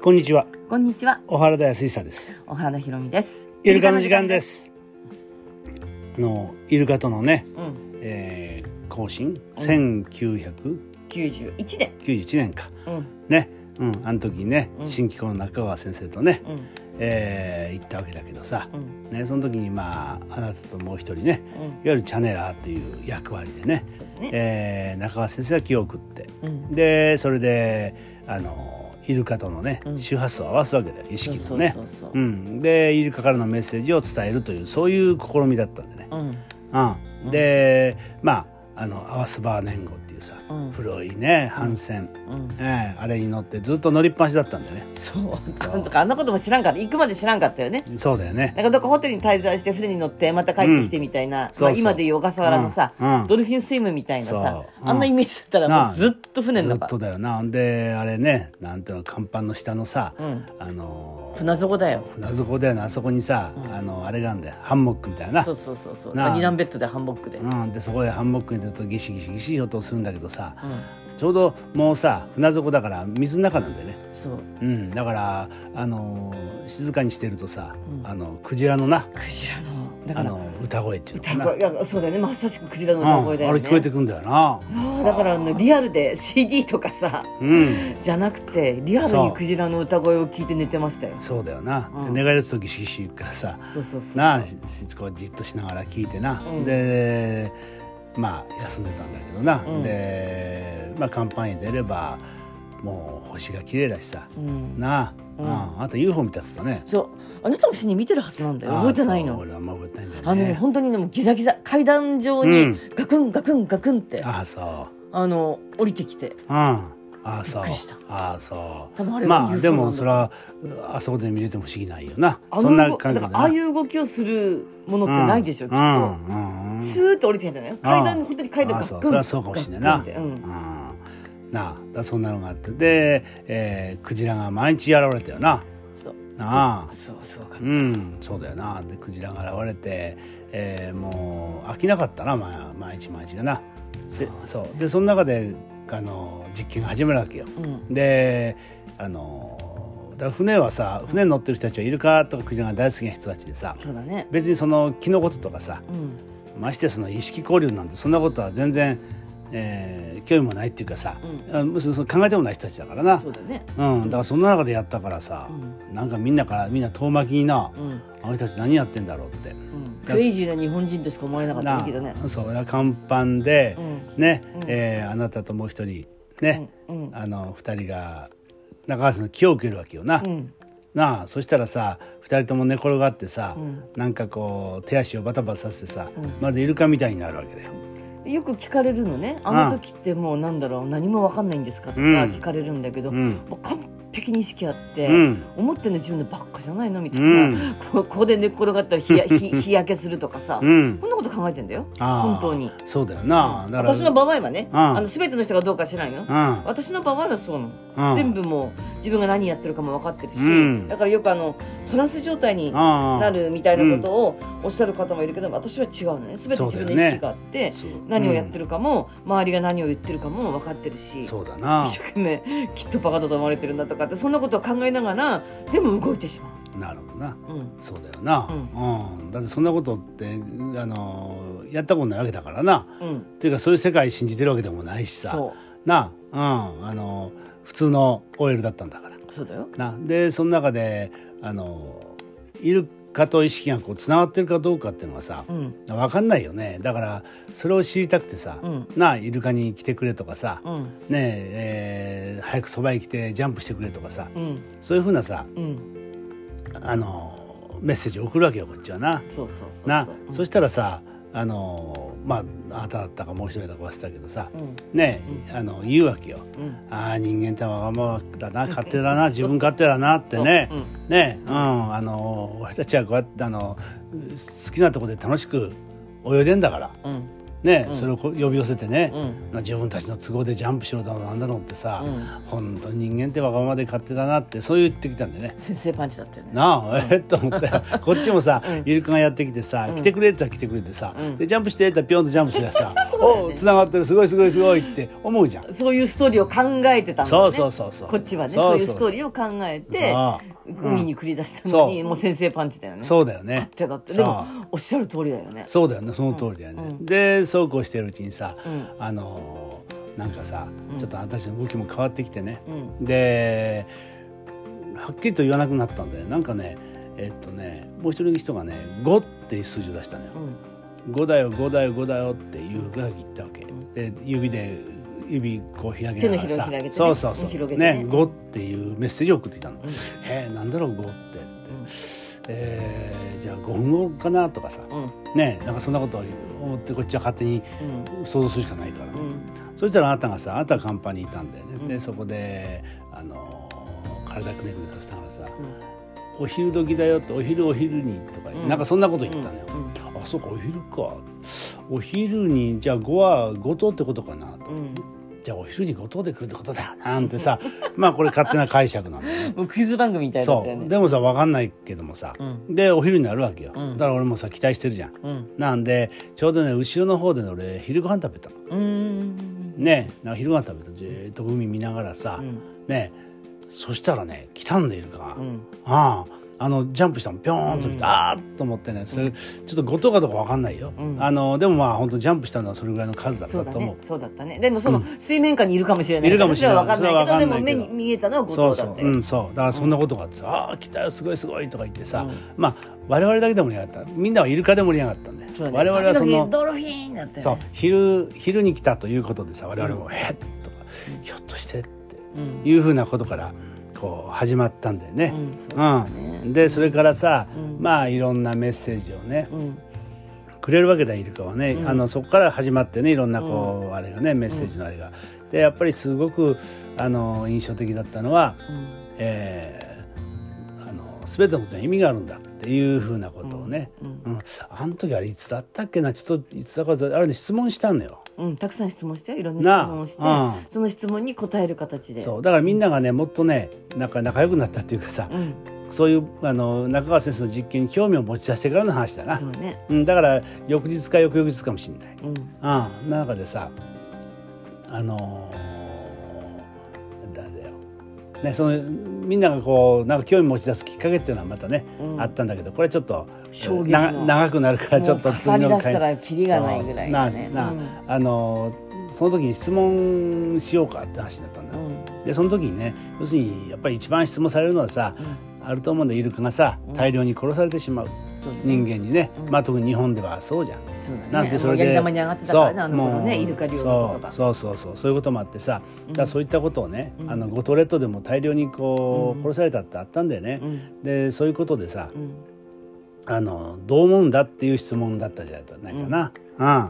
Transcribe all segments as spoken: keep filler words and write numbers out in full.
こんにちは。 こんにちは。 小原田康久です。 小原田博美です。 イルカの時間です。あのイルカとのね、 うんえー、更新、 うん、 せんきゅうひゃくきゅうじゅういちねんきゅうじゅういちねんか、 うん、 ね、うん、あの時ね、 うん、 新機構の中川先生とね、 うんえー、行ったわけだけどさ、 うんね、その時にまああなたともう一人ね、 うん、 いわゆるチャネラーという役割でね、 ねえー、中川先生が気を送って、 うん、 でそれであのイルカとのね、 うん、 周波数を合わすわけだよ、意識のね。 そうそうそうそう、 うん、でイルカからのメッセージを伝えるというそういう試みだったんでね、 うんうん、でまああのアワスバー年号っていうさ、 うん、 古いね帆船、 うんえー、あれに乗ってずっと乗りっぱなしだったんでね。 そうなんとかあんなことも知らんかった行くまで知らんかったよね。 そうだよね。 なんかどっかホテルに滞在して船に乗ってまた帰ってきてみたいな、 うん、そうそう、 まあ、今でいう小笠原のさ、 うんうん、 ドルフィンスイムみたいなさ、 うん、 あんなイメージだったらもうずっと船の中ずっとだよな。であれね、なんていうの、甲板の下のさ、うん、あのー、 船底だよ。 船底だよな。あそこにさ、うん、あのあれがあるんだよ、ハンモックみたいな。 そうそうそうそう、二段ベッドでハンモックで、 うん、でそこでハンモックに出るとギシギシギシ音をするんだけどさ、 うん、 ちょうどもうさ船底だから水の中なんだよね。 そう、 うん、だからあのー、静かにしてるとさ、うん、あのクジラのなクジラのだからあの歌声っていうのかな。 歌声、いやそうだよね、まさしくクジラの歌声だよね、 うん、あれ聞こえてくんだよな。 だからね、リアルで シーディー とかさ、うん、じゃなくてリアルにクジラの歌声を聞いて寝てましたよ。 そうだよな、うん、寝返るとギシギシ言うからさ、 そうそうそうそう、 なあしこうじっとしながら聞いてな、うん、でまあ休んでたんだけどな、うん、で、まあ、甲板に出ればもう星が綺麗だしさ、うん、なあ、うん、あと ユーフォー 見たってたね。 そうあなたも一緒に見てるはずなんだよ。覚えてないの？ 俺はあんま覚えてないんだよね。 あのね、本当にねもうギザギザ階段状にガクンガクンガクンって、うん、 ああそうあの降りてきて、 うん、ああそう、ああそう多分あれまあでもそれはあそこで見れても不思議ないよな。そんな感じだな。 ああいう動きをするものってないでしょ、うん、きっと、うんうん、スーッと降りてきたんだよ。階段本当に階段ガクン、 それはそうかもしれないな、うんうんなあ、だそんなのがあって、で、えー、クジラが毎日現れたよな。 そうなあ、 そうそうかった、 うん、そうだよな。でクジラが現れて、えー、もう飽きなかったな、まあ、毎日毎日がな。でそうでその中であの実験が始まるわけよ、うん、であのだから船はさ、船に乗ってる人たちはイルカとかクジラが大好きな人たちでさ、 そうだね、 別にその気のこととかさ、うん、ましてその意識交流なんてそんなことは全然えー、興味もないっていうかさ、うん、むしろ考えてもない人たちだからな。 そうだね、 うん、だからその中でやったからさ、うん、なんかみんなからみんな遠巻きにな、うん、あの人たち何やってんだろうって、うん、 クレイジーな日本人としか思えなかったけどね。 そう甲板で、うん、ね、うん、えー、あなたともう一人ね、うんうん、あの二人が中川さんの気を受けるわけよな、うん、なあそしたらさ二人とも寝転がってさ、うん、なんかこう手足をバタバタさせてさ、うん、まるでイルカみたいになるわけだよ。 よく聞かれるのね、あの時ってもうなんだろう、何も分かんないんですかとか聞かれるんだけど、うん、もう完璧に意識あって、うん、思ってるの自分でばっかじゃないのみたいな、うん、ここで寝っ転がったら日や日日焼けするとかさ、うん、こんなこと考えてんだよ本当に。 そうだよな、だから私の場合はね、あの全ての人がどうか知らんよ、私の場合はそうなの、全部もう自分が何やってるかも分かってるし、だからよくあのトランス状態になるみたいなことをおっしゃる方もいるけど、私は違うのね。全て自分の意識があって、何をやってるかも、周りが何を言ってるかも分かってるし、 そうだな、 一生懸命きっとバカだと思われてるんだとかって、そんなことを考えながらでも動いてしまう。 なるほどな、うん、そうだよな、うんうん、だってそんなことってあのやったことないわけだからな、うん、っていうかそういう世界信じてるわけでもないしさ、そうな、うん、あの普通の オーエル だったんだから。 そうだよな。でその中であのイルカと意識がこうつながってるかどうかっていうのはさ、うん、分かんないよね。だからそれを知りたくてさ、うん、なイルカに来てくれとかさ、うん、ねええー、早くそばへ来てジャンプしてくれとかさ、うん、そういうふうなさ、うん、あのメッセージを送るわけよこっちはな。 そうそうそうそうな、うん、そしたらさあのまああなただったかもう一人だか忘れたけどさ、うん、ねえ、うん、あの言うわけよ、うん、ああ人間ってわがままだな、勝手だな自分勝手だなってね、うん、ねえ、うん、あの俺たちはこうやってあの好きなところで楽しく泳いでんだから、うん、 ね、うん、それを呼び寄せてね、うん、自分たちの都合でジャンプしろだろうなんだろうってさ、うん、本当に人間ってわがままで勝手だなってそう言ってきたんでね。 先生パンチだったよね。 なあ、えっと思ってこっちもさ、うん、イルカがやってきてさ、うん、来てくれって言ったら来てくれてさ、うん、でジャンプしてって言ったらピョンとジャンプしてさ、ね、おつながってるすごいすごいすごいって思うじゃん。 そういうストーリーを考えてたんだよね。 そうそうそうそう。 こっちはね、そういうストーリーを考えて海に繰り出したのに、うん、もう先生パンチだよね。 そうだよね。 勝手だって。でもおっしゃる通りだよね。 そうだよね、その通りだよね。うん、でそうこうしてるうちにさ、うん、あのなんかさ、うん、ちょっと私の動きも変わってきてね、うん、ではっきりと言わなくなったんだよ。なんかねえっとねもう一人の人がねごっていう数字を出したのよ、うん、ごだよごだよごだよっていうぐらい言ったわけ、うん、で指で指こう広げながらさ、手のひらを広げてね、そうそうそう、ね、ね、ごっていうメッセージを送ってきたの、うん、へえなんだろうごってって、うん、えー、じゃあごふんごかなとかさ、うん、ね、なんかそんなことを思ってこっちは勝手に想像するしかないからね、うん、そしたらあなたがさ、あなたはカンパにいたんだよね、うん、でそこであの体くねくねさせながらさ、うん、お昼時だよってお昼お昼にとか、うん、なんかそんなこと言ったのよ、うんうん、あそうかお昼かお昼にじゃあごはごとってことかなと、うん、じゃあお昼にごとで来るってことだなんてさまあこれ勝手な解釈なんだよね。 もうクイズ番組みたいだったよね。 そうでもさ分かんないけどもさ、うん、でお昼になるわけよ、うん、だから俺もさ期待してるじゃん、うん、なんでちょうどね後ろの方でね俺昼ご飯食べたの、うん、ねなんか昼ご飯食べたじーっと海見ながらさ、うん、ねそしたらね来たんでいるか、うん、あああのジャンプしたのピョーンと見て、うん、あーっと思ってねそれ、うん、ちょっとごとかどうか分かんないよ、うん、あのでもまあ本当ジャンプしたのはそれぐらいの数だったと思う。そうだね、そうだったね。 でもその、うん、水面下にいるかもしれない、 いるかもしれない、 分かんないけどでも目に見えたのはごとだったよ。 そうそう、うん、そうだからそんなことがあってさ、うん、ああ来たよすごいすごいとか言ってさ、うん、まあ我々だけで盛り上がった、みんなはイルカで盛り上がったんで、ね、我々はそのドルフィンだって、ね、 そう昼昼に来たということでさ我々も、うん、えっとか、うん、ひょっとしてっていうふうなことからこう始まったんだよね、うんそうだね、うん、でそれからさ、うん、まあいろんなメッセージをね、うん、くれるわけだイルカはね、うん、あのそこから始まってねいろんなこう、うん、あれがねメッセージのあれが、でやっぱりすごくあの印象的だったのは、うんえー、あの全てのことに意味があるんだっていうふうなことをね、うんうんうん、あの時あれいつだったっけなちょっといつだかあれね質問したのよ。 うん、たくさん質問していろんな質問をして、うん、その質問に答える形でそうだからみんながねもっとねなんか仲良くなったっていうかさ、うん、そういうあの中川先生の実験に興味を持ち出してからの話だな、うんねうん、だから翌日か翌々日かもしれない、うんうん、中でさあのー、誰だよ、ね、そのみんながこうなんか興味持ち出すきっかけっていうのはまたね、うん、あったんだけどこれちょっとな長くなるからちょっと次の回語り出したらキリがないぐらいだね。 なな、うん、あのその時に質問しようかって話になったんだ、うん、でその時にね要するにやっぱり一番質問されるのはさ、うん、あると思うんだイルカがさ大量に殺されてしまう、うん、人間にね、うん、まあ特に日本ではそうじゃん、そうだね、なんてそれでやり玉に上がってたからねあの頃ねイルカ漁のことがそうそうそうそういうこともあってさ、だからそういったことをね、うん、あの五島列島でも大量にこう、うん、殺されたってあったんだよね、うん、でそういうことでさ、うんあのどう思うんだっていう質問だったじゃないかな、うんうん、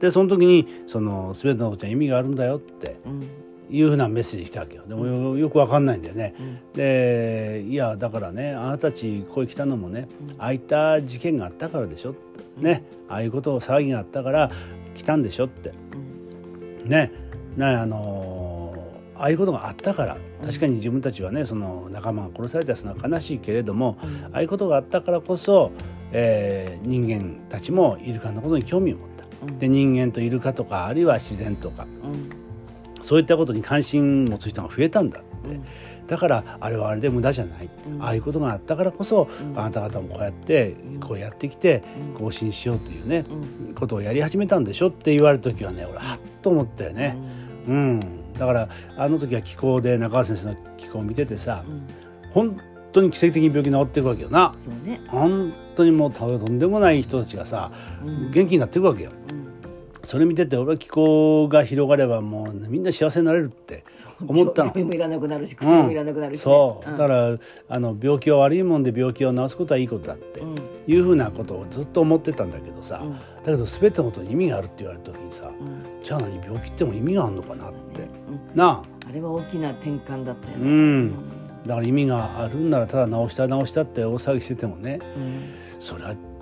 でその時にその全てのことに意味があるんだよっていうふうなメッセージ来たわけよ。でも よ, よくわかんないんだよね、うん、でいやだからねあなたたちここへ来たのもね、うん、ああいった事件があったからでしょって、うん、ねああいうことを騒ぎがあったから来たんでしょって、うん、ねねあのーああいうことがあったから確かに自分たちはねその仲間が殺されたりするのは悲しいけれども、うん、ああいうことがあったからこそ、えー、人間たちもイルカのことに興味を持った、うん、で人間とイルカとかあるいは自然とか、うん、そういったことに関心を持つ人が増えたんだって、うん、だからあれはあれで無駄じゃない、うん、ああいうことがあったからこそ、うん、あなた方もこうやってこうやってきて更新しようというね、うん、ことをやり始めたんでしょって言われた時はね俺はっと思ったよね、うん、うんだからあの時は気候で中川先生の気候を見ててさ、うん、本当に奇跡的に病気治っていくわけよな。 そうね、 本当にもうとんでもない人たちがさ、うん、元気になっていくわけよ、うん、それ見てて俺は気候が広がればもうみんな幸せになれるって思ったの。 病院もいらなくなるし薬もいらなくなるし、ねうん、そう、うん、だからあの病気は悪いもんで病気を治すことはいいことだっていうふうなことをずっと思ってたんだけどさ、うん、だけど全てのことに意味があるって言われた時にさ、うん、じゃあ何病気っても意味があるのかなって、ねうん、なああれは大きな転換だったよね、 うん、だから意味があるんならただ治した治したって大騒ぎしててもね、うん、それは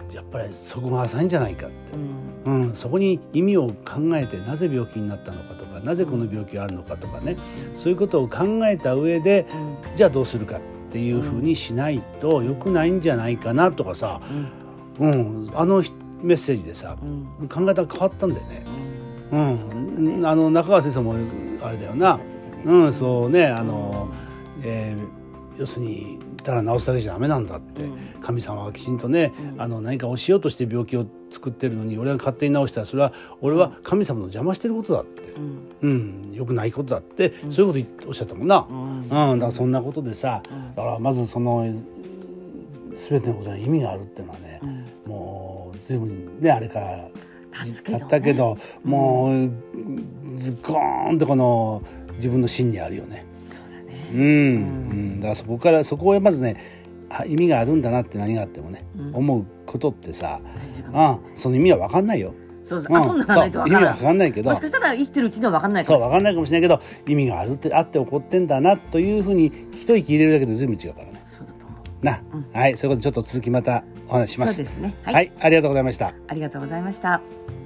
やっぱりそこが浅いんじゃないかって、うんうん、そこに意味を考えてなぜ病気になったのかとかなぜこの病気があるのかとかね、そういうことを考えた上で、うん、じゃあどうするかっていうふうにしないと良くないんじゃないかなとかさ、うんうん、あのメッセージでさ、うん、考え方が変わったんだよね、うんうん、あの中川先生もあれだよな、うん、そうね、あの、えー、要するにただ治すだけじゃダメなんだって、うん、神様はきちんとね、うん、あの何かをしようとして病気を作ってるのに俺が勝手に治したらそれは俺は神様の邪魔してることだって、うんうん、よくないことだって、うん、そういうこと言っておっしゃったもんな、うんうん、だからそんなことでさ、うん、だからまずその全てのことに意味があるっていうのはね、うん、もう随分ねあれから経ったけど、うん、もうズコーンとこの自分の芯にあるよね。うんうん、だからそこからそこをまずね意味があるんだなって何があってもね、うん、思うことってさ、あその意味は分かんないよ。 そうそう、後にならないと分からない。意味は分かんないけど、 もしかしたら生きてるうちには分かんないかもしれない。 そう分かんないかもしれないけど意味があるってあって起こってんだなというふうに一息入れるだけで随分違うからね。 そうだと思うな、うん、はい、そういうことでちょっと続きまたお話します。 そうですね、 はい、はい、ありがとうございました。 ありがとうございました。